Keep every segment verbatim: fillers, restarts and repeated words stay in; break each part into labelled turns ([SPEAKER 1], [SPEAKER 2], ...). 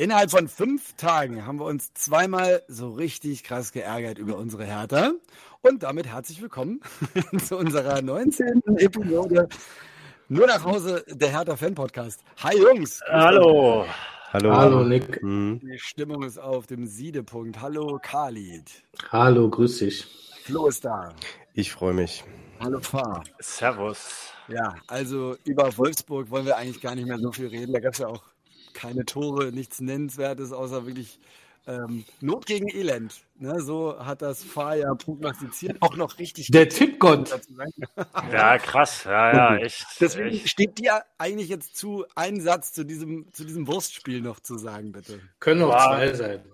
[SPEAKER 1] Innerhalb von fünf Tagen haben wir uns zweimal so richtig krass geärgert über unsere Hertha. Und damit herzlich willkommen zu unserer neunzehnten Episode Nur nach Hause, der Hertha-Fan-Podcast. Hi Jungs!
[SPEAKER 2] Hallo!
[SPEAKER 3] Hallo,
[SPEAKER 4] Hallo Nick.
[SPEAKER 1] Die Stimmung ist auf dem Siedepunkt. Hallo Khalid.
[SPEAKER 4] Hallo, grüß dich.
[SPEAKER 1] Flo ist da.
[SPEAKER 3] Ich freue mich.
[SPEAKER 1] Hallo Fahr.
[SPEAKER 2] Servus.
[SPEAKER 1] Ja, also über Wolfsburg wollen wir eigentlich gar nicht mehr so viel reden. Da gab es ja auch keine Tore, nichts Nennenswertes, außer wirklich ähm, Not gegen Elend. Ne, so hat das Fahr ja prognostiziert. Auch noch richtig.
[SPEAKER 4] Der Tippgott.
[SPEAKER 2] Ja, krass. Ja, ja, echt.
[SPEAKER 1] Deswegen
[SPEAKER 2] echt.
[SPEAKER 1] steht dir eigentlich jetzt zu, einen Satz zu diesem, zu diesem Wurstspiel noch zu sagen, bitte.
[SPEAKER 4] Können auch
[SPEAKER 2] Wow.
[SPEAKER 4] zwei sein.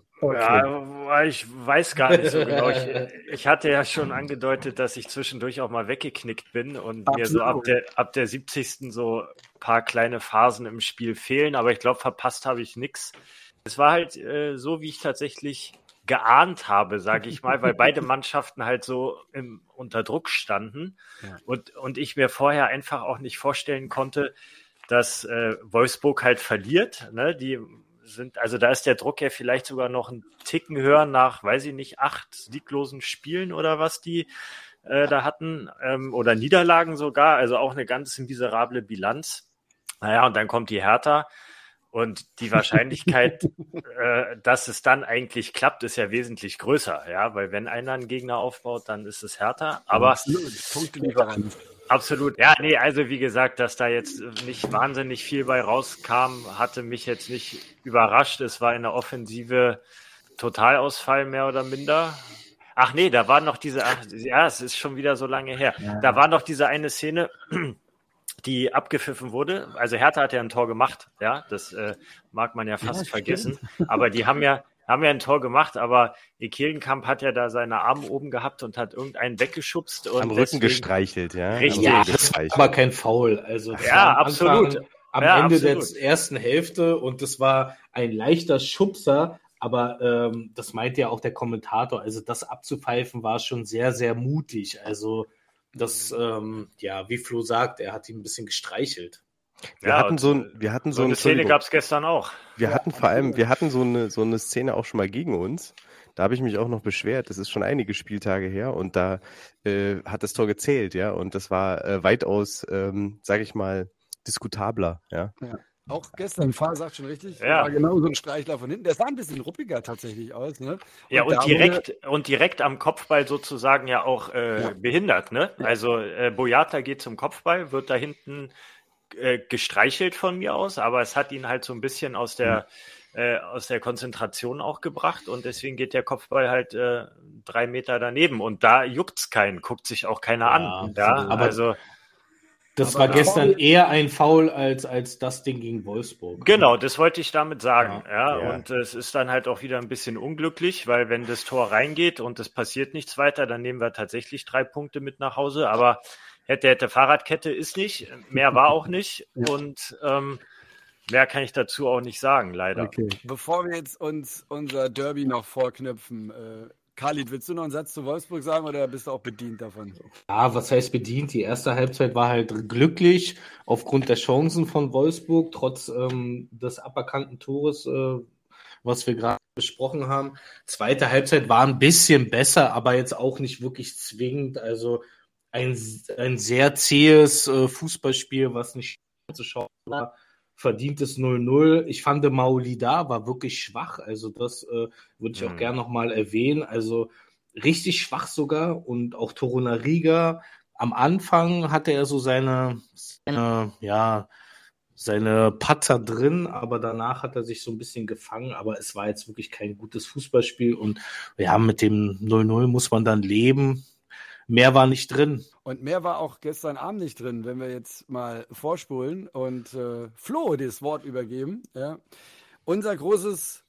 [SPEAKER 2] Ja, ich weiß gar nicht so genau. Ich, ich hatte ja schon angedeutet, dass ich zwischendurch auch mal weggeknickt bin und mir so ab der, ab der siebzigsten so ein paar kleine Phasen im Spiel fehlen, aber ich glaube, verpasst habe ich nichts. Es war halt äh, so, wie ich tatsächlich geahnt habe, sage ich mal, weil beide Mannschaften halt so im, unter Druck standen
[SPEAKER 1] Ja.
[SPEAKER 2] und, und ich mir vorher einfach auch nicht vorstellen konnte, dass äh, Wolfsburg halt verliert, ne? Die sind, also da ist der Druck ja vielleicht sogar noch einen Ticken höher nach, weiß ich nicht, acht sieglosen Spielen oder was die äh, da hatten, ähm, oder Niederlagen sogar, also auch eine ganz miserable Bilanz. Naja, und dann kommt die Hertha und die Wahrscheinlichkeit, äh, dass es dann eigentlich klappt, ist ja wesentlich größer, ja, weil wenn einer einen Gegner aufbaut, dann ist es Hertha, aber
[SPEAKER 1] Punktelieferant.
[SPEAKER 2] absolut. Ja, nee, also wie gesagt, dass da jetzt nicht wahnsinnig viel bei rauskam, hatte mich jetzt nicht überrascht. Es war in der Offensive Totalausfall mehr oder minder. Ach nee, da war noch diese, ach, ja, es ist schon wieder so lange her.
[SPEAKER 1] Ja.
[SPEAKER 2] Da war noch diese eine Szene, die abgepfiffen wurde. Also Hertha hat ja ein Tor gemacht, ja, das äh, mag man ja fast
[SPEAKER 1] Ja,
[SPEAKER 2] vergessen. Aber die haben ja haben ja ein Tor gemacht, aber Ekelenkamp hat ja da seine Arme oben gehabt und hat irgendeinen weggeschubst. Und
[SPEAKER 3] Am Rücken
[SPEAKER 2] deswegen,
[SPEAKER 3] gestreichelt, ja.
[SPEAKER 2] Richtig.
[SPEAKER 4] Ja,
[SPEAKER 3] Am Rücken
[SPEAKER 4] das war
[SPEAKER 3] gestreichelt.
[SPEAKER 4] aber kein Foul. Also das
[SPEAKER 2] Ja,
[SPEAKER 4] war am
[SPEAKER 2] absolut.
[SPEAKER 4] Anfang, am
[SPEAKER 2] Ja,
[SPEAKER 4] Ende
[SPEAKER 2] absolut.
[SPEAKER 4] der ersten Hälfte und das war ein leichter Schubser, aber ähm, das meinte ja auch der Kommentator. Also das abzupfeifen war schon sehr, sehr mutig. Also das, ähm, ja, wie Flo sagt, er hat ihn ein bisschen gestreichelt.
[SPEAKER 3] Wir
[SPEAKER 2] Ja,
[SPEAKER 3] hatten
[SPEAKER 2] und
[SPEAKER 3] so ein, wir hatten
[SPEAKER 2] so
[SPEAKER 3] so ein,
[SPEAKER 2] eine Szene
[SPEAKER 3] Entschuldigung.
[SPEAKER 2] gab es gestern auch.
[SPEAKER 3] Wir hatten vor allem, wir hatten so eine, so eine Szene auch schon mal gegen uns. Da habe ich mich auch noch beschwert. Das ist schon einige Spieltage her und da äh, hat das Tor gezählt, ja. Und das war äh, weitaus, ähm, sage ich mal, diskutabler, ja.
[SPEAKER 1] Ja. Auch gestern, Fahr sagt schon richtig,
[SPEAKER 2] Ja.
[SPEAKER 1] war genau so ein Streichler von hinten. Der sah ein bisschen ruppiger tatsächlich aus. Ne?
[SPEAKER 2] Ja, und
[SPEAKER 1] da
[SPEAKER 2] direkt, und direkt am Kopfball sozusagen ja auch äh,
[SPEAKER 1] Ja.
[SPEAKER 2] behindert, ne? Also äh, Boyata geht zum Kopfball, wird da hinten äh, gestreichelt von mir aus, aber es hat ihn halt so ein bisschen aus der äh, aus der Konzentration auch gebracht und deswegen geht der Kopfball halt äh, drei Meter daneben und da juckt's keinen, guckt sich auch keiner
[SPEAKER 4] Ja,
[SPEAKER 2] an. Ja,
[SPEAKER 4] aber-
[SPEAKER 2] also
[SPEAKER 4] Das
[SPEAKER 1] Aber
[SPEAKER 4] war gestern
[SPEAKER 1] Foul-
[SPEAKER 4] eher ein Foul als, als das Ding gegen Wolfsburg.
[SPEAKER 2] genau, das wollte ich damit sagen. Ja,
[SPEAKER 3] Ja.
[SPEAKER 2] und es ist dann halt auch wieder ein bisschen unglücklich, weil wenn das Tor reingeht und es passiert nichts weiter, dann nehmen wir tatsächlich drei Punkte mit nach Hause. Aber hätte, hätte Fahrradkette ist nicht, mehr war auch nicht
[SPEAKER 1] Ja.
[SPEAKER 2] und ähm, mehr kann ich dazu auch nicht sagen, leider.
[SPEAKER 1] Okay. Bevor wir jetzt uns unser Derby noch vorknüpfen, äh, Khalid, willst du noch einen Satz zu Wolfsburg sagen oder bist du auch bedient davon?
[SPEAKER 4] Ja, was heißt bedient? Die erste Halbzeit war halt glücklich aufgrund der Chancen von Wolfsburg, trotz ähm, des aberkannten Tores, äh, was wir gerade besprochen haben. Zweite Halbzeit war ein bisschen besser, aber jetzt auch nicht wirklich zwingend. Also ein, ein sehr zähes äh, Fußballspiel, was nicht zu schauen war. Verdientes null null. Ich fand, Maolida war wirklich schwach. Also das äh, würde ich auch
[SPEAKER 2] Mhm.
[SPEAKER 4] gerne nochmal erwähnen. Also richtig schwach sogar. Und auch Torunariga. Am Anfang hatte er so seine, seine, ja, seine Patzer drin, aber danach hat er sich so ein bisschen gefangen. Aber es war jetzt wirklich kein gutes Fußballspiel. Und ja, mit dem null null muss man dann leben. Mehr war nicht drin.
[SPEAKER 1] Und mehr war auch gestern Abend nicht drin, wenn wir jetzt mal vorspulen und äh, Flo das Wort übergeben. Ja. Unser großes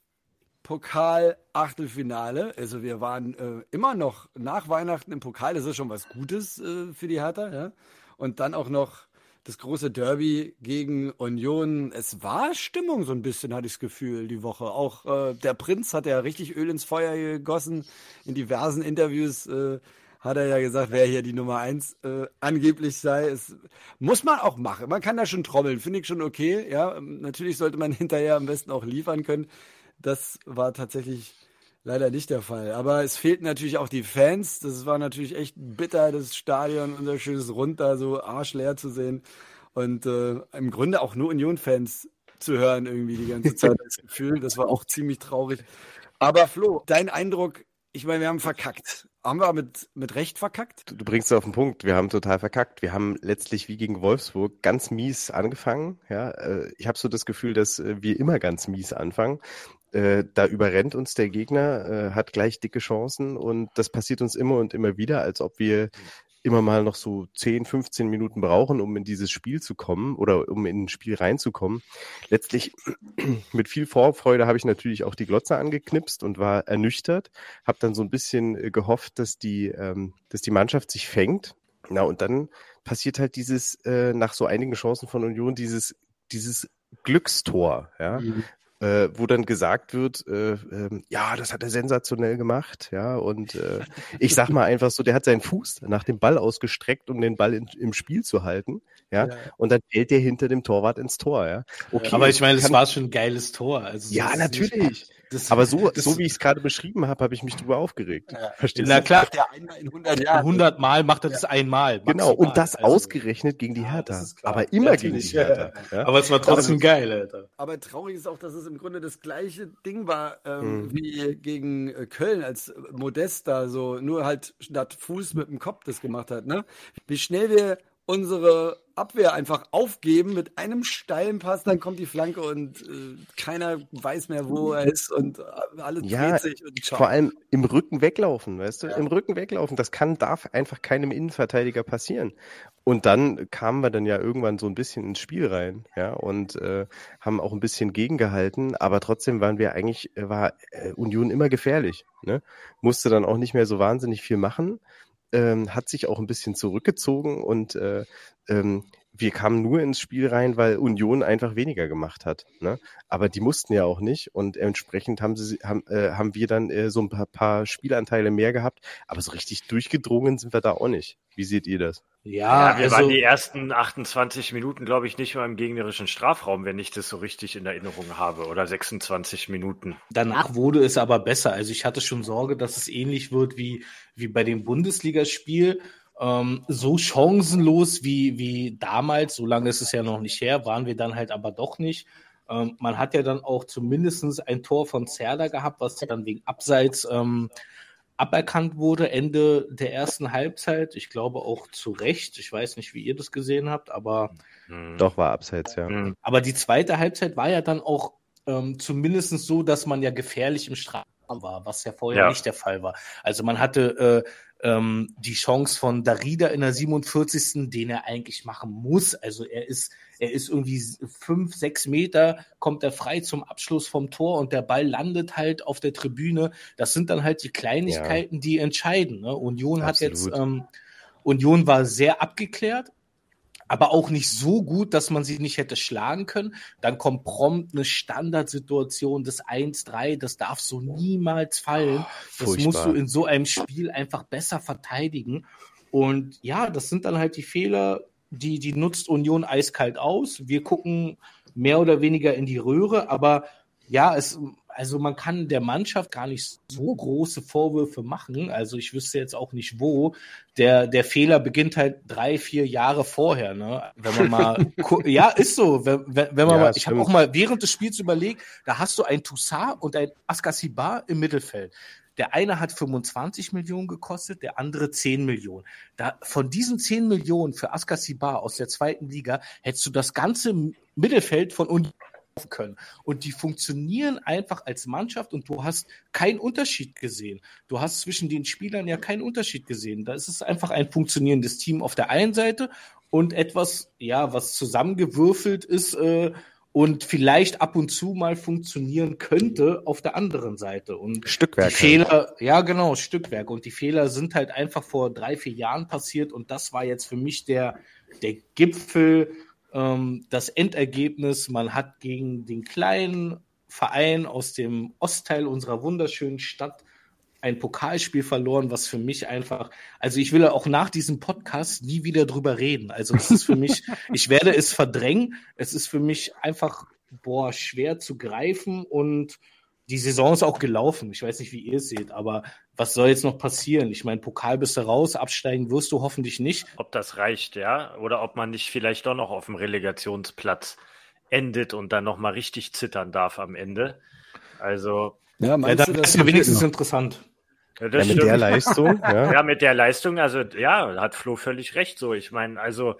[SPEAKER 1] Pokal-Achtelfinale, also wir waren äh, immer noch nach Weihnachten im Pokal, das ist schon was Gutes äh, für die Hertha. Ja. Und dann auch noch das große Derby gegen Union. Es war Stimmung so ein bisschen, hatte ich das Gefühl, die Woche. Auch äh, der Prinz hat ja richtig Öl ins Feuer gegossen in diversen Interviews. Äh, hat er ja gesagt, wer hier die Nummer eins äh, angeblich sei. Es muss man auch machen. Man kann da schon trommeln, finde ich schon okay. Ja, natürlich sollte man hinterher am besten auch liefern können. Das war tatsächlich leider nicht der Fall. Aber es fehlten natürlich auch die Fans. Das war natürlich echt bitter, das Stadion, unser schönes Rund da so arschleer zu sehen. Und äh, im Grunde auch nur Union-Fans zu hören irgendwie die ganze Zeit, das Gefühl. Das war auch ziemlich traurig. Aber Flo, dein Eindruck, ich meine, wir haben verkackt. Haben wir mit, mit Recht verkackt?
[SPEAKER 3] Du, du bringst es auf den Punkt. Wir haben total verkackt. Wir haben letztlich wie gegen Wolfsburg ganz mies angefangen. Ja, äh, ich habe so das Gefühl, dass äh, wir immer ganz mies anfangen. Äh, da überrennt uns der Gegner, äh, hat gleich dicke Chancen und das passiert uns immer und immer wieder, als ob wir immer mal noch so zehn, fünfzehn Minuten brauchen, um in dieses Spiel zu kommen oder um in ein Spiel reinzukommen. Letztlich mit viel Vorfreude habe ich natürlich auch die Glotze angeknipst und war ernüchtert, habe dann so ein bisschen gehofft, dass die, ähm, dass die Mannschaft sich fängt. Na, und dann passiert halt dieses, äh, nach so einigen Chancen von Union, dieses, dieses Glückstor, ja. Mhm. Äh, wo dann gesagt wird, äh, äh, ja, das hat er sensationell gemacht, ja, und äh, ich sag mal einfach so, der hat seinen Fuß nach dem Ball ausgestreckt, um den Ball in, im Spiel zu halten, ja, ja, und dann fällt der hinter dem Torwart ins Tor, ja.
[SPEAKER 4] Okay, aber ich meine, es war schon ein geiles Tor. Also
[SPEAKER 3] ja, natürlich. Nicht, das, aber so, das, so wie ich es gerade beschrieben habe, habe ich mich drüber aufgeregt.
[SPEAKER 4] Ja. Verstehst du? Na klar, der einmal in hundert Jahren. hundert Mal macht er das ja. einmal. Maximal.
[SPEAKER 3] Genau, und das also, ausgerechnet gegen die Hertha. Aber immer natürlich, gegen die Hertha.
[SPEAKER 4] Ja. Ja. Aber es war trotzdem aber, geil, Alter.
[SPEAKER 1] Aber traurig ist auch, dass es im Grunde das gleiche Ding war ähm, hm. wie gegen äh, Köln, als Modest da so nur halt statt Fuß mit dem Kopf das gemacht hat. Ne? Wie schnell wir unsere Abwehr einfach aufgeben mit einem steilen Pass, dann kommt die Flanke und äh, keiner weiß mehr, wo er ist und alles
[SPEAKER 3] ja, dreht sich und ciao. Vor allem im Rücken weglaufen, weißt du? Ja. Im Rücken weglaufen, das kann, darf einfach keinem Innenverteidiger passieren. Und dann kamen wir dann ja irgendwann so ein bisschen ins Spiel rein, ja, und äh, haben auch ein bisschen gegengehalten, aber trotzdem waren wir eigentlich, war äh, Union immer gefährlich, ne? Musste dann auch nicht mehr so wahnsinnig viel machen. Ähm, hat sich auch ein bisschen zurückgezogen und äh, ähm, wir kamen nur ins Spiel rein, weil Union einfach weniger gemacht hat. Ne? Aber die mussten ja auch nicht und entsprechend haben sie haben, äh, haben wir dann äh, so ein paar, paar Spielanteile mehr gehabt, aber so richtig durchgedrungen sind wir da auch nicht. Wie seht ihr das?
[SPEAKER 2] Ja, ja wir also, waren die ersten achtundzwanzig Minuten, glaube ich, nicht mal im gegnerischen Strafraum, wenn ich das so richtig in Erinnerung habe, oder sechsundzwanzig Minuten.
[SPEAKER 4] Danach wurde es aber besser. Also ich hatte schon Sorge, dass es ähnlich wird wie, wie bei dem Bundesligaspiel. Ähm, so chancenlos wie, wie damals, so lange ist es ja noch nicht her, waren wir dann halt aber doch nicht. Ähm, man hat ja dann auch zumindest ein Tor von Zerda gehabt, was dann wegen Abseits ähm, aberkannt wurde, Ende der ersten Halbzeit. Ich glaube auch zu Recht. Ich weiß nicht, wie ihr das gesehen habt, aber...
[SPEAKER 3] Doch, war Abseits, ja.
[SPEAKER 4] Aber die zweite Halbzeit war ja dann auch ähm, zumindest so, dass man ja gefährlich im Strafraum war, was ja vorher ja. nicht der Fall war. Also man hatte äh, ähm, die Chance von Darida in der siebenundvierzigsten, den er eigentlich machen muss. Also er ist er ist irgendwie fünf, sechs Meter, kommt er frei zum Abschluss vom Tor und der Ball landet halt auf der Tribüne. Das sind dann halt die Kleinigkeiten, ja. die entscheiden. Ne? Union Absolut. hat jetzt, ähm, Union war sehr abgeklärt, aber auch nicht so gut, dass man sie nicht hätte schlagen können. Dann kommt prompt eine Standardsituation, das eins drei, das darf so niemals fallen. Das Furchtbar. musst du in so einem Spiel einfach besser verteidigen. Und ja, das sind dann halt die Fehler, die, die nutzt Union eiskalt aus. Wir gucken mehr oder weniger in die Röhre, aber ja, es, also man kann der Mannschaft gar nicht so große Vorwürfe machen. Also ich wüsste jetzt auch nicht wo. Der, der Fehler beginnt halt drei, vier Jahre vorher, ne? Wenn man mal, ja, ist so. Wenn, wenn man ja, mal, ich habe auch mal während des Spiels überlegt, da hast du ein Toussaint und ein Askasibar im Mittelfeld. Der eine hat fünfundzwanzig Millionen gekostet, der andere zehn Millionen. Da, von diesen zehn Millionen für Askasibar aus der zweiten Liga hättest du das ganze Mittelfeld von Union können. Und die funktionieren einfach als Mannschaft und du hast keinen Unterschied gesehen. Du hast zwischen den Spielern ja keinen Unterschied gesehen. Da ist es einfach ein funktionierendes Team auf der einen Seite und etwas, ja, was zusammengewürfelt ist äh, und vielleicht ab und zu mal funktionieren könnte auf der anderen Seite. Und
[SPEAKER 3] Stückwerk.
[SPEAKER 4] Die Fehler, ja genau, Stückwerk. Und die Fehler sind halt einfach vor drei, vier Jahren passiert und das war jetzt für mich der, der Gipfel, ähm, das Endergebnis. Man hat gegen den kleinen Verein aus dem Ostteil unserer wunderschönen Stadt ein Pokalspiel verloren, was für mich einfach, also ich will auch nach diesem Podcast nie wieder drüber reden. Also es ist für mich, ich werde es verdrängen. Es ist für mich einfach, boah, schwer zu greifen und die Saison ist auch gelaufen. Ich weiß nicht, wie ihr es seht, aber was soll jetzt noch passieren? Ich meine, Pokal bist du raus, absteigen wirst du hoffentlich nicht.
[SPEAKER 2] Ob das reicht, ja, oder ob man nicht vielleicht doch noch auf dem Relegationsplatz endet und dann nochmal richtig zittern darf am Ende. Also
[SPEAKER 4] ja, meinst ja, du, das ist ja wenigstens interessant.
[SPEAKER 2] Ja, das
[SPEAKER 3] ja, mit der Leistung. Ja.
[SPEAKER 2] ja, mit der Leistung, also ja, hat Flo völlig recht so. Ich meine, also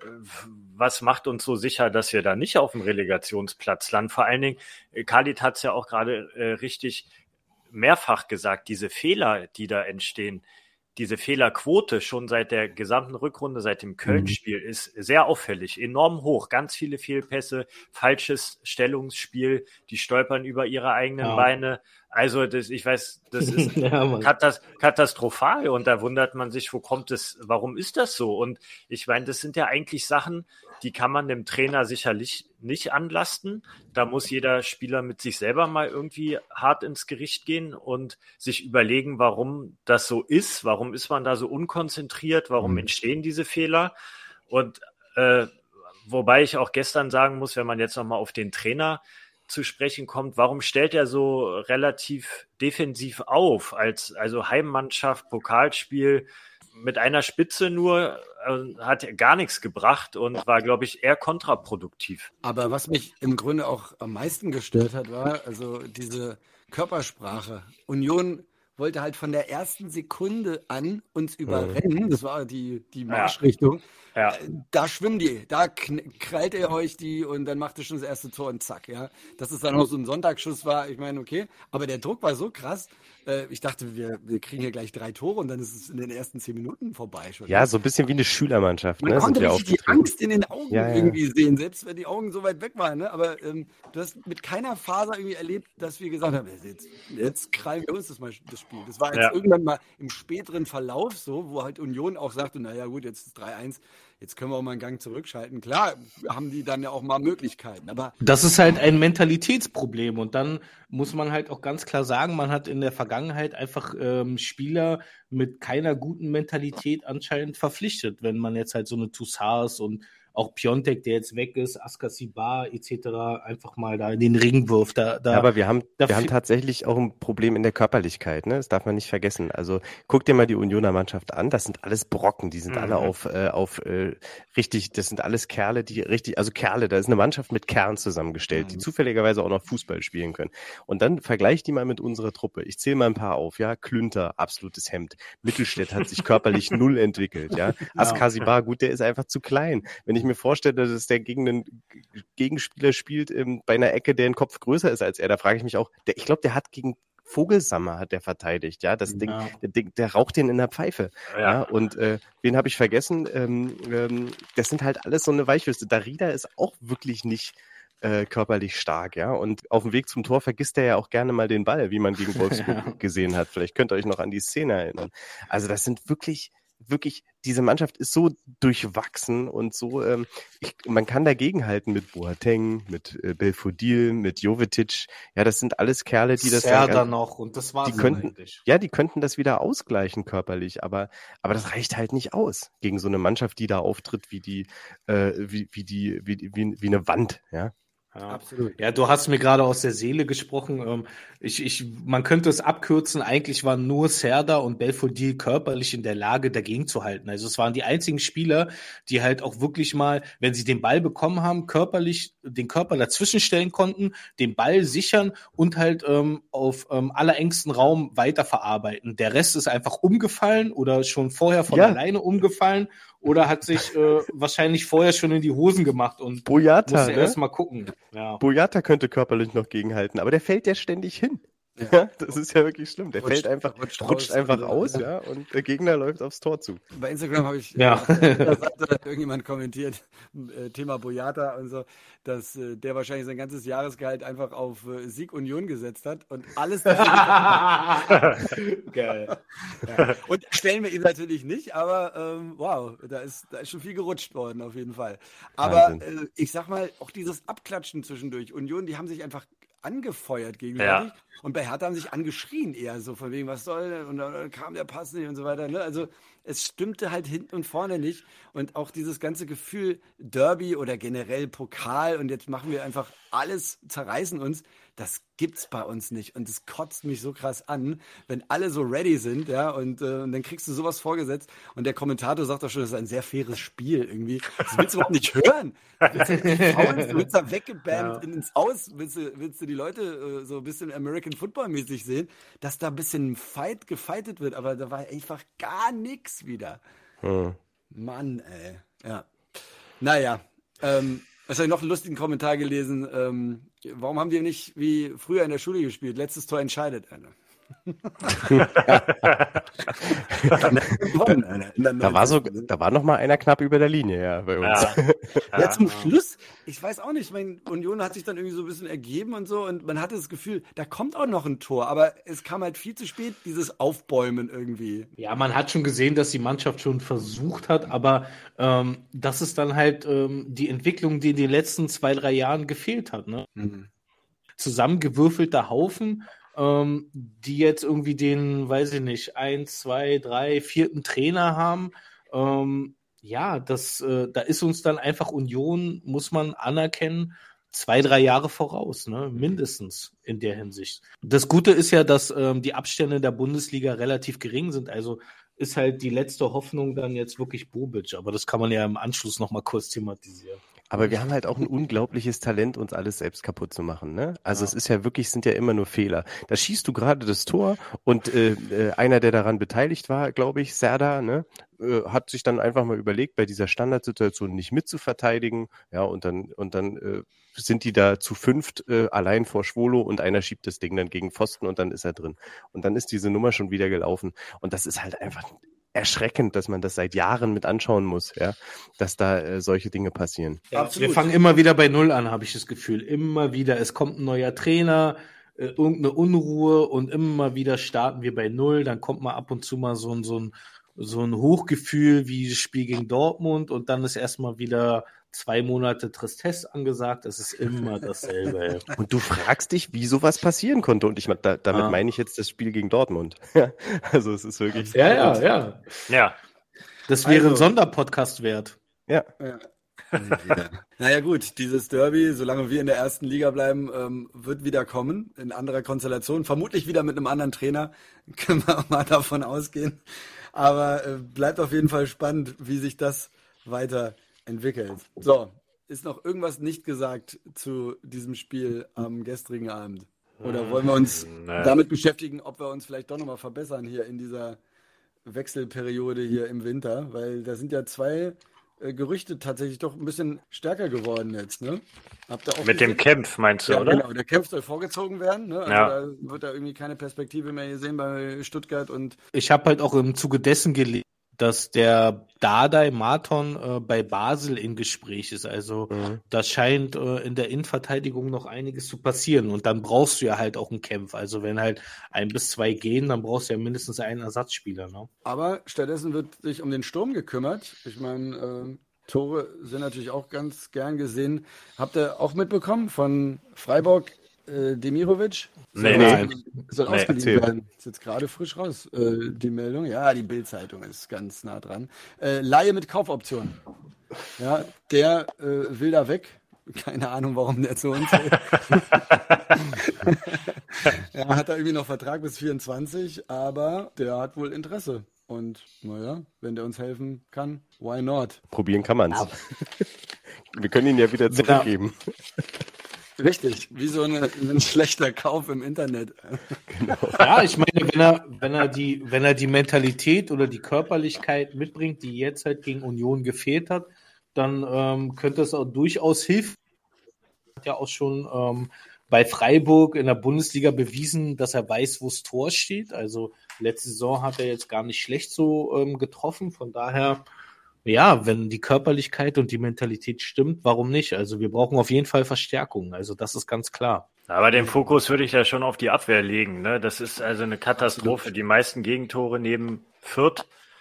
[SPEAKER 2] was macht uns so sicher, dass wir da nicht auf dem Relegationsplatz landen? Vor allen Dingen, Khalid hat es ja auch gerade äh, richtig mehrfach gesagt, diese Fehler, die da entstehen, diese Fehlerquote schon seit der gesamten Rückrunde, seit dem Köln-Spiel, ist sehr auffällig, enorm hoch. Ganz viele Fehlpässe, falsches Stellungsspiel, die stolpern über ihre eigenen ja. Beine. Also das, ich weiß, das ist ja, katas- katastrophal und da wundert man sich, wo kommt es, warum ist das so? Und ich meine, das sind ja eigentlich Sachen, die kann man dem Trainer sicherlich nicht anlasten. Da muss jeder Spieler mit sich selber mal irgendwie hart ins Gericht gehen und sich überlegen, warum das so ist. Warum ist man da so unkonzentriert? Warum mhm. entstehen diese Fehler? Und äh, wobei ich auch gestern sagen muss, wenn man jetzt nochmal auf den Trainer zu sprechen kommt, warum stellt er so relativ defensiv auf? Als also Heimmannschaft, Pokalspiel mit einer Spitze nur, äh, hat er gar nichts gebracht und war, glaube ich, eher kontraproduktiv.
[SPEAKER 1] Aber was mich im Grunde auch am meisten gestört hat, war also diese Körpersprache. Union wollte halt von der ersten Sekunde an uns überrennen. Das war die, die Marschrichtung.
[SPEAKER 2] Ja.
[SPEAKER 1] Da schwimmen die, da krallt ihr euch die und dann macht ihr schon das erste Tor und zack. Ja, dass es dann auch so ein Sonntagsschuss war, ich meine, okay. Aber der Druck war so krass. Äh, ich dachte, wir, wir kriegen hier gleich drei Tore und dann ist es in den ersten zehn Minuten vorbei schon.
[SPEAKER 3] Ja, so ein bisschen wie eine Schülermannschaft.
[SPEAKER 1] Man
[SPEAKER 3] ne?
[SPEAKER 1] konnte richtig die Angst in den Augen
[SPEAKER 3] ja, ja.
[SPEAKER 1] irgendwie sehen, selbst wenn die Augen so weit weg waren. Ne? Aber ähm, du hast mit keiner Faser irgendwie erlebt, dass wir gesagt haben, jetzt, jetzt krallen wir uns das mal das Spiel. Das war jetzt ja. irgendwann mal im späteren Verlauf so, wo halt Union auch sagte, naja gut, jetzt ist drei eins, jetzt können wir auch mal einen Gang zurückschalten. Klar haben die dann ja auch mal Möglichkeiten, aber...
[SPEAKER 4] Das ist halt ein Mentalitätsproblem und dann muss man halt auch ganz klar sagen, man hat in der Vergangenheit einfach ähm, Spieler mit keiner guten Mentalität anscheinend verpflichtet, wenn man jetzt halt so eine Toussaint und auch Piontek, der jetzt weg ist, Askasibar et cetera einfach mal da in den Ring wirft. Da, da,
[SPEAKER 3] ja, aber wir haben,
[SPEAKER 4] da
[SPEAKER 3] wir haben tatsächlich auch ein Problem in der Körperlichkeit, ne? Das darf man nicht vergessen. Also guck dir mal die Unioner Mannschaft an, das sind alles Brocken, die sind mhm. alle auf, äh, auf äh, richtig, das sind alles Kerle, die richtig, also Kerle, da ist eine Mannschaft mit Kerlen zusammengestellt, mhm. die zufälligerweise auch noch Fußball spielen können. Und dann vergleich die mal mit unserer Truppe. Ich zähle mal ein paar auf, ja, Klünter, absolutes Hemd. Mittelstädt hat sich körperlich null entwickelt, ja. Askasibar, gut, der ist einfach zu klein. Wenn ich mir vorstelle, dass der gegen einen Gegenspieler spielt ähm, bei einer Ecke, der einen Kopf größer ist als er, da frage ich mich auch, der, ich glaube, der hat gegen Vogelsammer hat der verteidigt, ja, das Ding,
[SPEAKER 4] ja.
[SPEAKER 3] der, der raucht den in der Pfeife, ja, ja und äh, wen habe ich vergessen, ähm, ähm, das sind halt alles so eine Weichwürste, Darida ist auch wirklich nicht äh, körperlich stark, ja, und auf dem Weg zum Tor vergisst er ja auch gerne mal den Ball, wie man gegen Wolfsburg gesehen hat, vielleicht könnt ihr euch noch an die Szene erinnern, also das sind wirklich wirklich, diese Mannschaft ist so durchwachsen und so, ähm, ich, man kann dagegenhalten mit Boateng, mit äh, Belfodil, mit Jovetic, ja, das sind alles Kerle, die das
[SPEAKER 4] ja dann noch und das war
[SPEAKER 3] die könnten, eigentlich. Ja, die könnten das wieder ausgleichen körperlich, aber aber das reicht halt nicht aus gegen so eine Mannschaft, die da auftritt wie die äh, wie wie die wie wie wie eine Wand, ja.
[SPEAKER 4] Ja, absolut. Ja, du hast mir gerade aus der Seele gesprochen. Ich, ich, man könnte es abkürzen. Eigentlich waren nur Serdar und Belfodil körperlich in der Lage, dagegen zu halten. Also es waren die einzigen Spieler, die halt auch wirklich mal, wenn sie den Ball bekommen haben, körperlich den Körper dazwischen stellen konnten, den Ball sichern und halt ähm, auf ähm, allerengsten Raum weiterverarbeiten. Der Rest ist einfach umgefallen oder schon vorher von
[SPEAKER 3] ja.
[SPEAKER 4] alleine umgefallen oder hat sich äh, wahrscheinlich vorher schon in die Hosen gemacht und
[SPEAKER 3] Boyata,
[SPEAKER 4] musste
[SPEAKER 3] ne?
[SPEAKER 4] erst mal gucken. Ja.
[SPEAKER 3] Boyata könnte körperlich noch gegenhalten, aber der fällt ja ständig hin. Ja, das ist ja wirklich schlimm. Der rutscht, fällt einfach, rutscht, rutscht einfach aus, ja. ja, und der Gegner läuft aufs Tor zu.
[SPEAKER 1] Bei Instagram habe ich
[SPEAKER 4] ja.
[SPEAKER 1] auf der Seite hat irgendjemand kommentiert, äh, Thema Boyata und so, dass äh, der wahrscheinlich sein ganzes Jahresgehalt einfach auf äh, Sieg Union gesetzt hat und alles dafür geil. Ja. Und stellen wir ihn natürlich nicht, aber ähm, wow, da ist, da ist schon viel gerutscht worden auf jeden Fall. Aber äh, ich sag mal, auch dieses Abklatschen zwischendurch, Union, die haben sich einfach angefeuert gegenseitig.
[SPEAKER 2] Ja.
[SPEAKER 1] Und bei Hertha haben sich angeschrien eher so von wegen, was soll, und dann kam der Pass nicht und so weiter. Ne? Also es stimmte halt hinten und vorne nicht. Und auch dieses ganze Gefühl Derby oder generell Pokal und jetzt machen wir einfach alles, zerreißen uns, das gibt's bei uns nicht. Und es kotzt mich so krass an, wenn alle so ready sind, ja, und, äh, und dann kriegst du sowas vorgesetzt und der Kommentator sagt doch schon, das ist ein sehr faires Spiel irgendwie. Das willst du überhaupt nicht hören. Willst du, Fouls, du willst da weggebammt ja. ins Aus, willst du, willst du die Leute äh, so ein bisschen American Football mäßig sehen, dass da ein bisschen Fight gefightet wird, aber da war einfach gar nichts wieder. Hm. Mann, ey. Ja. Naja, ähm, was habe ich noch einen lustigen Kommentar gelesen? Ähm, warum haben die nicht wie früher in der Schule gespielt? Letztes Tor entscheidet einer.
[SPEAKER 3] da war so, da war noch mal einer knapp über der Linie, ja, bei uns.
[SPEAKER 1] Ja, ja zum Schluss, ich weiß auch nicht, mein Union hat sich dann irgendwie so ein bisschen ergeben und so und man hatte das Gefühl, da kommt auch noch ein Tor, aber es kam halt viel zu spät, dieses Aufbäumen irgendwie.
[SPEAKER 4] Ja, man hat schon gesehen, dass die Mannschaft schon versucht hat, aber ähm, das ist dann halt ähm, die Entwicklung, die in den letzten zwei, drei Jahren gefehlt hat, ne? Mhm. Zusammengewürfelter Haufen, ähm, die jetzt irgendwie den, weiß ich nicht, eins, zwei, drei, vierten Trainer haben. Ähm, ja, das, äh, da ist uns dann einfach Union, muss man anerkennen, zwei, drei Jahre voraus, ne? Mindestens in der Hinsicht. Das Gute ist ja, dass ähm, die Abstände der Bundesliga relativ gering sind, also ist halt die letzte Hoffnung dann jetzt wirklich Bobic, aber das kann man ja im Anschluss nochmal kurz thematisieren.
[SPEAKER 3] Aber wir haben halt auch ein unglaubliches Talent, uns alles selbst kaputt zu machen, ne? Also ja. es ist ja wirklich, sind ja immer nur Fehler. Da schießt du gerade das Tor und äh, äh, einer, der daran beteiligt war, glaube ich, Serdar, ne, äh, hat sich dann einfach mal überlegt, bei dieser Standardsituation nicht mitzuverteidigen, ja, und dann und dann äh, sind die da zu fünft äh, allein vor Schwolo und einer schiebt das Ding dann gegen Pfosten und dann ist er drin. Und dann ist diese Nummer schon wieder gelaufen. Und das ist halt einfach erschreckend, dass man das seit Jahren mit anschauen muss, ja, dass da äh, solche Dinge passieren.
[SPEAKER 4] Ja, wir fangen immer wieder bei Null an, habe ich das Gefühl. Immer wieder, es kommt ein neuer Trainer, äh, irgendeine Unruhe und immer wieder starten wir bei Null. Dann kommt mal ab und zu mal so ein, so ein, so ein Hochgefühl wie das Spiel gegen Dortmund und dann ist erstmal wieder zwei Monate Tristesse angesagt. Es ist immer dasselbe.
[SPEAKER 3] Und du fragst dich, wie sowas passieren konnte. Und ich da, damit ah. meine ich jetzt das Spiel gegen Dortmund. Also es ist wirklich...
[SPEAKER 4] Ja, ja, ja.
[SPEAKER 2] Ja.
[SPEAKER 4] Das wäre also, ein Sonderpodcast wert.
[SPEAKER 3] Ja.
[SPEAKER 1] ja. Naja gut, dieses Derby, solange wir in der ersten Liga bleiben, ähm, wird wieder kommen, in anderer Konstellation, vermutlich wieder mit einem anderen Trainer, können wir auch mal davon ausgehen. Aber äh, bleibt auf jeden Fall spannend, wie sich das weiterentwickelt. So, ist noch irgendwas nicht gesagt zu diesem Spiel am gestrigen Abend? Oder wollen wir uns nee. damit beschäftigen, ob wir uns vielleicht doch nochmal verbessern hier in dieser Wechselperiode hier im Winter? Weil da sind ja zwei äh, Gerüchte tatsächlich doch ein bisschen stärker geworden jetzt, ne? Habt ihr auch
[SPEAKER 2] Mit gesehen? Dem Kempf meinst du,
[SPEAKER 1] ja,
[SPEAKER 2] oder?
[SPEAKER 1] Genau, der Kempf soll vorgezogen werden, ne? Also
[SPEAKER 2] ja.
[SPEAKER 1] da wird da irgendwie keine Perspektive mehr gesehen bei Stuttgart und...
[SPEAKER 4] Ich habe halt auch im Zuge dessen gelesen, dass der Dardai Marton äh, bei Basel im Gespräch ist. Also mhm. da scheint äh, in der Innenverteidigung noch einiges zu passieren. Und dann brauchst du ja halt auch einen Kempf. Also wenn halt ein bis zwei gehen, dann brauchst du ja mindestens einen Ersatzspieler. Ne?
[SPEAKER 1] Aber stattdessen wird sich um den Sturm gekümmert. Ich meine, äh, Tore sind natürlich auch ganz gern gesehen. Habt ihr auch mitbekommen von Freiburg, äh, Demirovic?
[SPEAKER 2] Nee,
[SPEAKER 1] nee. Soll
[SPEAKER 2] nee,
[SPEAKER 1] ausgeliehen werden. Ist jetzt gerade frisch raus, äh, die Meldung. Ja, die Bild-Zeitung ist ganz nah dran. Äh, Laie mit Kaufoption. Ja, der äh, will da weg. Keine Ahnung, warum der zu uns will. Er hat da irgendwie noch Vertrag bis vierundzwanzig, aber der hat wohl Interesse. Und naja, wenn der uns helfen kann, why not?
[SPEAKER 3] Probieren kann man's. Ja. Wir können ihn ja wieder zurückgeben.
[SPEAKER 1] Richtig, wie so eine, ein schlechter Kauf im Internet.
[SPEAKER 4] Genau. Ja, ich meine, wenn er, wenn er die, wenn er die Mentalität oder die Körperlichkeit mitbringt, die jetzt halt gegen Union gefehlt hat, dann ähm, könnte es auch durchaus hilfreich. Er hat ja auch schon ähm, bei Freiburg in der Bundesliga bewiesen, dass er weiß, wo das Tor steht. Also letzte Saison hat er jetzt gar nicht schlecht so ähm, getroffen. Von daher, ja, wenn die Körperlichkeit und die Mentalität stimmt, warum nicht? Also wir brauchen auf jeden Fall Verstärkung. Also das ist ganz klar.
[SPEAKER 2] Aber den Fokus würde ich ja schon auf die Abwehr legen. Ne? Das ist also eine Katastrophe. Die meisten Gegentore neben Fürth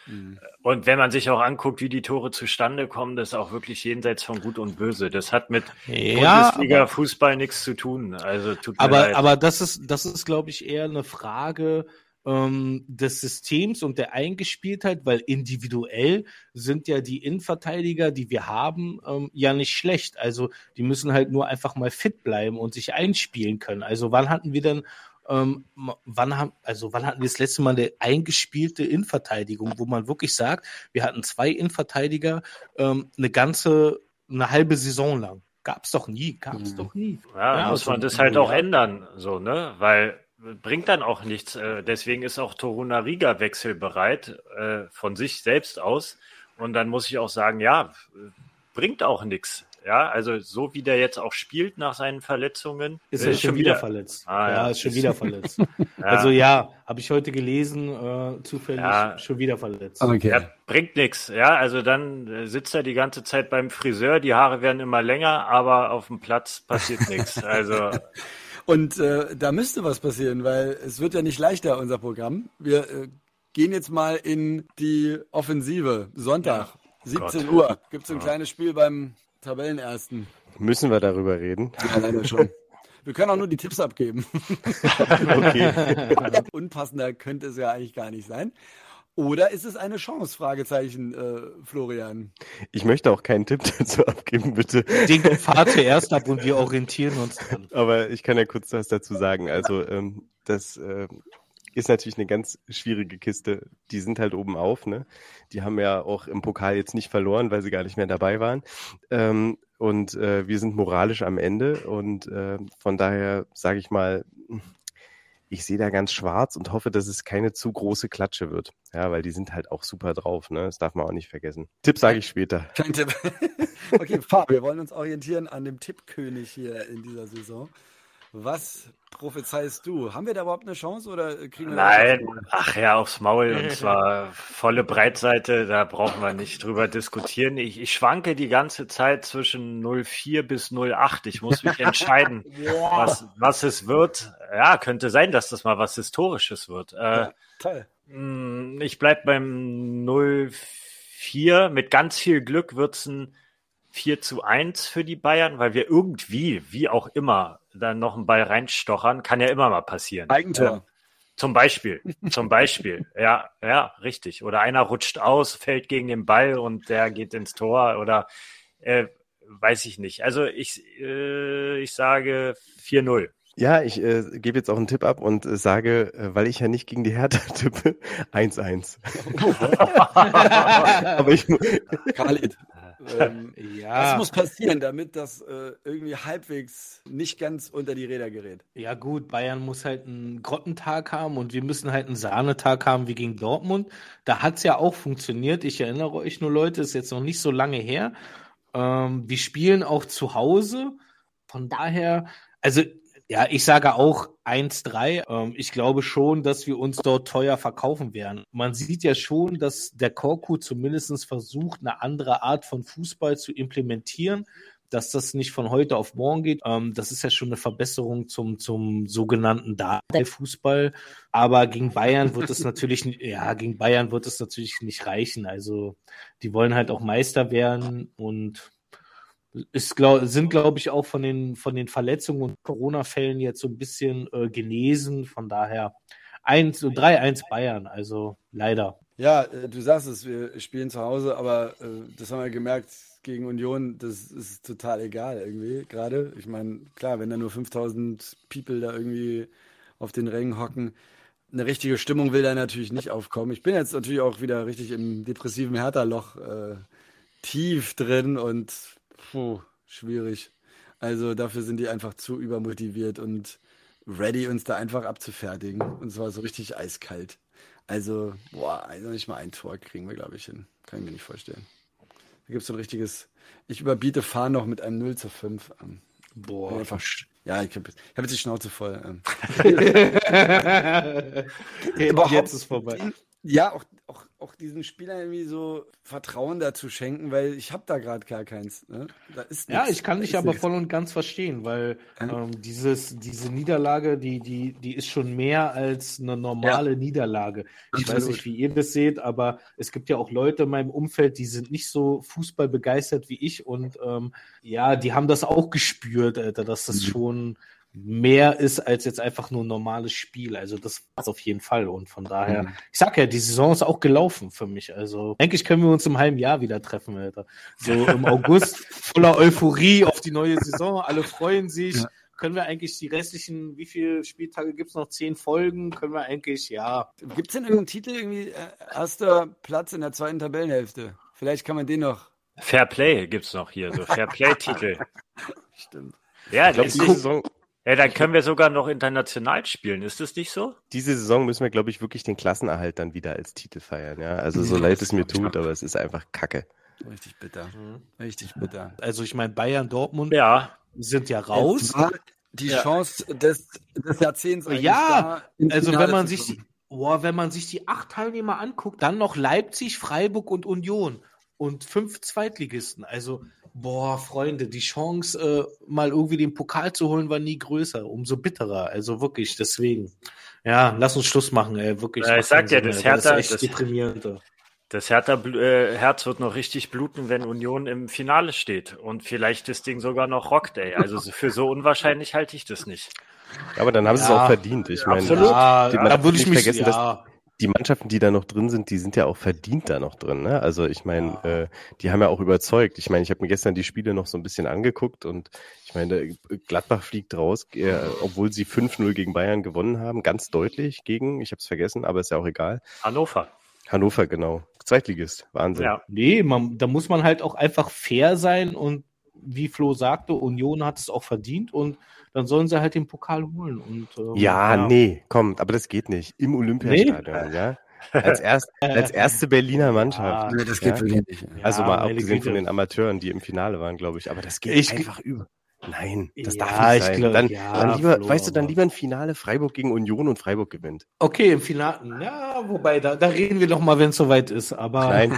[SPEAKER 2] Mhm. Und wenn man sich auch anguckt, wie die Tore zustande kommen, das ist auch wirklich jenseits von Gut und Böse. Das hat mit
[SPEAKER 4] ja,
[SPEAKER 2] Bundesliga-Fußball nichts zu tun. Also tut mir
[SPEAKER 4] aber,
[SPEAKER 2] leid.
[SPEAKER 4] aber das ist, das ist, glaube ich, eher eine Frage ähm, des Systems und der Eingespieltheit, weil individuell sind ja die Innenverteidiger, die wir haben, ähm, ja nicht schlecht. Also die müssen halt nur einfach mal fit bleiben und sich einspielen können. Also wann hatten wir denn Ähm, wann haben, also wann hatten wir das letzte Mal eine eingespielte Innenverteidigung, wo man wirklich sagt, wir hatten zwei Innenverteidiger ähm, eine ganze, eine halbe Saison lang. Gab's doch nie, gab's mhm. doch nie.
[SPEAKER 2] Ja, ja muss man das halt auch ändern, so, ne, weil bringt dann auch nichts. Äh, deswegen ist auch Torunariga wechselbereit äh, von sich selbst aus. Und dann muss ich auch sagen, ja, bringt auch nichts. Ja, also so wie der jetzt auch spielt nach seinen Verletzungen.
[SPEAKER 4] Ist er äh, schon wieder, wieder verletzt.
[SPEAKER 2] Ah,
[SPEAKER 4] ja.
[SPEAKER 2] ja,
[SPEAKER 4] ist schon wieder verletzt. ja. Also ja, habe ich heute gelesen, äh, zufällig ja. schon wieder verletzt.
[SPEAKER 2] Okay. Ja, bringt nichts. Ja, also dann äh, sitzt er die ganze Zeit beim Friseur, die Haare werden immer länger, aber auf dem Platz passiert nichts. Also
[SPEAKER 1] Und äh, da müsste was passieren, weil es wird ja nicht leichter, unser Programm. Wir äh, gehen jetzt mal in die Offensive. Sonntag, ja. siebzehn Uhr, gibt es ein ja. kleines Spiel beim Tabellenersten.
[SPEAKER 3] Müssen wir darüber reden?
[SPEAKER 1] Ja, leider schon. Wir können auch nur die Tipps abgeben. Okay. Unpassender könnte es ja eigentlich gar nicht sein. Oder ist es eine Chance? Fragezeichen, äh, Florian.
[SPEAKER 3] Ich möchte auch keinen Tipp dazu abgeben, bitte.
[SPEAKER 4] Den fahr zuerst ab und wir orientieren uns dann.
[SPEAKER 3] Aber ich kann ja kurz was dazu sagen. Also ähm, das äh, ist natürlich eine ganz schwierige Kiste. Die sind halt oben auf, ne? Die haben ja auch im Pokal jetzt nicht verloren, weil sie gar nicht mehr dabei waren. Ähm, und äh, wir sind moralisch am Ende. Und äh, von daher sage ich mal, ich sehe da ganz schwarz und hoffe, dass es keine zu große Klatsche wird. Ja, weil die sind halt auch super drauf, ne? Das darf man auch nicht vergessen. Tipp sage ich später.
[SPEAKER 1] Kein Tipp. Okay, Fab, wir wollen uns orientieren an dem Tippkönig hier in dieser Saison. Was prophezeist du? Haben wir da überhaupt eine Chance oder kriegen wir
[SPEAKER 2] Nein, ach ja, aufs Maul und zwar volle Breitseite, da brauchen wir nicht drüber diskutieren. Ich, ich schwanke die ganze Zeit zwischen null vier bis null acht. Ich muss mich entscheiden, was, was es wird. Ja, könnte sein, dass das mal was Historisches wird. Äh, ja,
[SPEAKER 1] toll.
[SPEAKER 2] Ich bleib beim null vier. Mit ganz viel Glück wird's ein vier zu eins für die Bayern, weil wir irgendwie, wie auch immer, dann noch einen Ball reinstochern, kann ja immer mal passieren.
[SPEAKER 1] Eigentor.
[SPEAKER 2] Ja, zum Beispiel, zum Beispiel, ja, ja, richtig. Oder einer rutscht aus, fällt gegen den Ball und der geht ins Tor oder äh, weiß ich nicht. Also ich, äh, ich sage vier null.
[SPEAKER 3] Ja, ich äh, gebe jetzt auch einen Tipp ab und äh, sage, äh, weil ich ja nicht gegen die Hertha tippe, eins eins. Aber ich
[SPEAKER 1] Khalid. Ähm, ja. Was muss passieren, damit das äh, irgendwie halbwegs nicht ganz unter die Räder gerät?
[SPEAKER 4] Ja gut, Bayern muss halt einen Grottentag haben und wir müssen halt einen Sahnetag haben wie gegen Dortmund. Da hat es ja auch funktioniert. Ich erinnere euch nur, Leute, ist jetzt noch nicht so lange her. Ähm, wir spielen auch zu Hause. Von daher, also ja, ich sage auch eins drei. Ähm, ich glaube schon, dass wir uns dort teuer verkaufen werden. Man sieht ja schon, dass der Korkut zumindest versucht, eine andere Art von Fußball zu implementieren, dass das nicht von heute auf morgen geht. Ähm, das ist ja schon eine Verbesserung zum, zum sogenannten Dardai-Fußball. Aber gegen Bayern wird es natürlich, ja, gegen Bayern wird es natürlich nicht reichen. Also, die wollen halt auch Meister werden und Ist, glaub, sind, glaube ich, auch von den, von den Verletzungen und Corona-Fällen jetzt so ein bisschen äh, genesen. Von daher drei eins Bayern, also leider.
[SPEAKER 1] Ja, äh, du sagst es, wir spielen zu Hause, aber äh, das haben wir gemerkt gegen Union, das ist total egal irgendwie gerade. Ich meine, klar, wenn da nur fünftausend People da irgendwie auf den Rängen hocken, eine richtige Stimmung will da natürlich nicht aufkommen. Ich bin jetzt natürlich auch wieder richtig im depressiven Hertha-Loch äh, tief drin und Puh, schwierig. Also dafür sind die einfach zu übermotiviert und ready, uns da einfach abzufertigen. Und zwar so richtig eiskalt. Also, boah, also nicht mal ein Tor kriegen wir, glaube ich, hin. Kann ich mir nicht vorstellen. Da gibt es so ein richtiges, ich überbiete Fahren noch mit einem null zu fünf. Ähm, boah. Einfach, ja, ich habe hab jetzt die Schnauze voll. Ähm.
[SPEAKER 4] Jetzt ist vorbei.
[SPEAKER 1] Ja, auch, auch auch diesen Spielern irgendwie so Vertrauen dazu schenken, weil ich habe da gerade gar keins. Ne? Da ist
[SPEAKER 4] Ja,
[SPEAKER 1] nix.
[SPEAKER 4] ich kann
[SPEAKER 1] Da
[SPEAKER 4] dich
[SPEAKER 1] ist
[SPEAKER 4] aber
[SPEAKER 1] nix.
[SPEAKER 4] voll und ganz verstehen, weil
[SPEAKER 1] Ja.
[SPEAKER 4] ähm, dieses, diese Niederlage, die, die, die ist schon mehr als eine normale Niederlage. Ich weiß
[SPEAKER 1] Absolut.
[SPEAKER 4] nicht, wie ihr das seht, aber es gibt ja auch Leute in meinem Umfeld, die sind nicht so Fußball begeistert wie ich und ähm, ja, die haben das auch gespürt, Alter, dass das
[SPEAKER 1] Mhm.
[SPEAKER 4] schon mehr ist als jetzt einfach nur ein normales Spiel. Also das war's auf jeden Fall und von daher,
[SPEAKER 1] Mhm.
[SPEAKER 4] ich sag ja, die Saison ist auch gelaufen für mich. Also eigentlich können wir uns im halben Jahr wieder treffen, Alter. So im August voller Euphorie auf die neue Saison, alle freuen sich.
[SPEAKER 1] Ja.
[SPEAKER 4] Können wir eigentlich die restlichen, wie viele Spieltage gibt's noch? Zehn Folgen? Können wir eigentlich, ja.
[SPEAKER 1] Gibt es denn irgendeinen Titel, irgendwie äh, erster Platz in der zweiten Tabellenhälfte? Vielleicht kann man den noch.
[SPEAKER 2] Fair Play gibt's noch hier, so Fair Play-Titel.
[SPEAKER 1] Stimmt.
[SPEAKER 2] Ja,
[SPEAKER 3] Ich glaube,
[SPEAKER 2] ist
[SPEAKER 3] diese
[SPEAKER 2] nicht,
[SPEAKER 3] Saison,
[SPEAKER 2] ja, dann können wir sogar noch international spielen. Ist das nicht so?
[SPEAKER 3] diese Saison müssen wir, glaube ich, wirklich den Klassenerhalt dann wieder als Titel feiern. Ja? Also so
[SPEAKER 1] Ja,
[SPEAKER 3] leid
[SPEAKER 1] das
[SPEAKER 3] es mir
[SPEAKER 1] glaub ich
[SPEAKER 3] tut, aber es ist einfach Kacke.
[SPEAKER 1] Richtig bitter. Richtig bitter.
[SPEAKER 4] Also ich meine, Bayern, Dortmund
[SPEAKER 2] Ja.
[SPEAKER 4] sind ja raus.
[SPEAKER 1] Es war die
[SPEAKER 2] Ja.
[SPEAKER 1] Chance des, des Jahrzehnts eigentlich
[SPEAKER 4] Ja,
[SPEAKER 1] da, ins
[SPEAKER 4] also
[SPEAKER 1] Finale
[SPEAKER 4] wenn man
[SPEAKER 1] zu
[SPEAKER 4] sich,
[SPEAKER 1] kommen.
[SPEAKER 4] die- boah, wenn man sich die acht Teilnehmer anguckt, dann noch Leipzig, Freiburg und Union und fünf Zweitligisten. Also, boah, Freunde, die Chance, äh, mal irgendwie den Pokal zu holen, war nie größer. Umso bitterer. Also wirklich, deswegen. Ja, lass uns Schluss machen, ey. Wirklich.
[SPEAKER 2] Ja, ich
[SPEAKER 4] macht
[SPEAKER 2] sag
[SPEAKER 4] keinen
[SPEAKER 2] dir,
[SPEAKER 4] Sinn,
[SPEAKER 2] das
[SPEAKER 4] ey. Das ist
[SPEAKER 2] Hertha-
[SPEAKER 4] echt
[SPEAKER 2] das-
[SPEAKER 4] deprimierend. ey.
[SPEAKER 2] Das Hertha, äh, Herz wird noch richtig bluten, wenn Union im Finale steht und vielleicht das Ding sogar noch rockt, ey. Also so- für so unwahrscheinlich halte ich das nicht.
[SPEAKER 3] Ja, aber dann haben sie es
[SPEAKER 4] Ja,
[SPEAKER 3] auch verdient. Ich meine,
[SPEAKER 2] absolut.
[SPEAKER 4] Ja,
[SPEAKER 3] die- man
[SPEAKER 4] da
[SPEAKER 3] darf
[SPEAKER 4] würde ich
[SPEAKER 3] nicht
[SPEAKER 4] mich,
[SPEAKER 3] vergessen, dass
[SPEAKER 4] ja.
[SPEAKER 3] die Mannschaften, die da noch drin sind, die sind ja auch verdient da noch drin. Ne? Also ich meine,
[SPEAKER 4] Ja.
[SPEAKER 3] äh, die haben ja auch überzeugt. Ich meine, ich habe mir gestern die Spiele noch so ein bisschen angeguckt und ich meine, Gladbach fliegt raus, äh, obwohl sie fünf null gegen Bayern gewonnen haben, ganz deutlich gegen, ich habe es vergessen, aber ist ja auch egal.
[SPEAKER 2] Hannover.
[SPEAKER 3] Hannover, genau. Zweitligist, Wahnsinn.
[SPEAKER 2] Ja.
[SPEAKER 4] Nee, man, da muss man halt auch einfach fair sein und wie Flo sagte, Union hat es auch verdient und dann sollen sie halt den Pokal holen. Und, ähm,
[SPEAKER 3] Ja, nee, komm, aber das geht nicht. Im Olympiastadion, ja. Als, erst, als erste Berliner Mannschaft.
[SPEAKER 1] Nee, das
[SPEAKER 3] ja?
[SPEAKER 1] geht wirklich nicht.
[SPEAKER 3] Also
[SPEAKER 4] Ja,
[SPEAKER 3] mal
[SPEAKER 4] meine
[SPEAKER 3] abgesehen von
[SPEAKER 4] Güte.
[SPEAKER 3] den Amateuren, die im Finale waren, glaube ich. Aber das geht
[SPEAKER 4] Ich-
[SPEAKER 3] einfach über. Nein, das
[SPEAKER 4] Ja,
[SPEAKER 3] darf nicht
[SPEAKER 4] ich
[SPEAKER 3] sein.
[SPEAKER 4] glaub,
[SPEAKER 3] dann,
[SPEAKER 4] ja,
[SPEAKER 3] dann lieber,
[SPEAKER 4] Flo,
[SPEAKER 3] weißt du, dann
[SPEAKER 4] aber-
[SPEAKER 3] lieber ein Finale Freiburg gegen Union und Freiburg gewinnt.
[SPEAKER 4] Okay, im Finale, ja, wobei, da, da reden wir doch mal, wenn es soweit ist, aber.
[SPEAKER 3] Nein,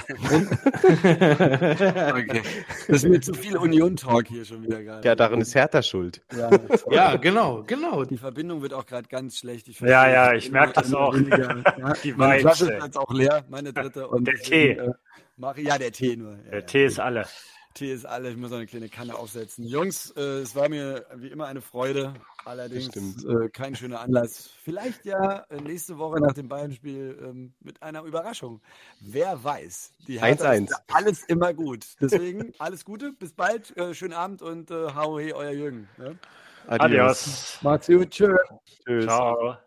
[SPEAKER 1] Okay. Das ist mir zu viel Union-Talk hier schon wieder gerade.
[SPEAKER 3] ja, darin ist Hertha schuld.
[SPEAKER 1] Ja,
[SPEAKER 4] Ja, genau, genau.
[SPEAKER 1] die Verbindung wird auch gerade ganz schlecht. Ich
[SPEAKER 2] Ja, ja,
[SPEAKER 1] verstehe
[SPEAKER 2] ich merke das
[SPEAKER 1] immer
[SPEAKER 2] auch.
[SPEAKER 1] weniger. Ja,
[SPEAKER 2] Die
[SPEAKER 1] meine
[SPEAKER 2] Vibes,
[SPEAKER 1] Flasche
[SPEAKER 2] ey.
[SPEAKER 1] ist jetzt auch leer, meine dritte. Und
[SPEAKER 2] Der
[SPEAKER 1] deswegen,
[SPEAKER 2] Tee.
[SPEAKER 1] Äh, mach, ja, der Tee nur. Ja,
[SPEAKER 2] Der
[SPEAKER 1] ja.
[SPEAKER 2] Tee ist alle.
[SPEAKER 1] Tee ist alle. Ich muss noch eine kleine Kanne aufsetzen. Jungs, äh, es war mir wie immer eine Freude. Allerdings
[SPEAKER 3] Stimmt.
[SPEAKER 1] äh, kein schöner Anlass. Vielleicht ja äh, nächste Woche nach dem Bayern-Spiel ähm, mit einer Überraschung. Wer weiß. Die Hertha
[SPEAKER 3] eins eins.
[SPEAKER 1] ist ja alles immer gut. Deswegen alles Gute, bis bald, äh, schönen Abend und äh, hau he, euer Jürgen. Ne?
[SPEAKER 2] Adios.
[SPEAKER 1] Macht's gut, tschö.
[SPEAKER 3] Tschüss.
[SPEAKER 2] Ciao.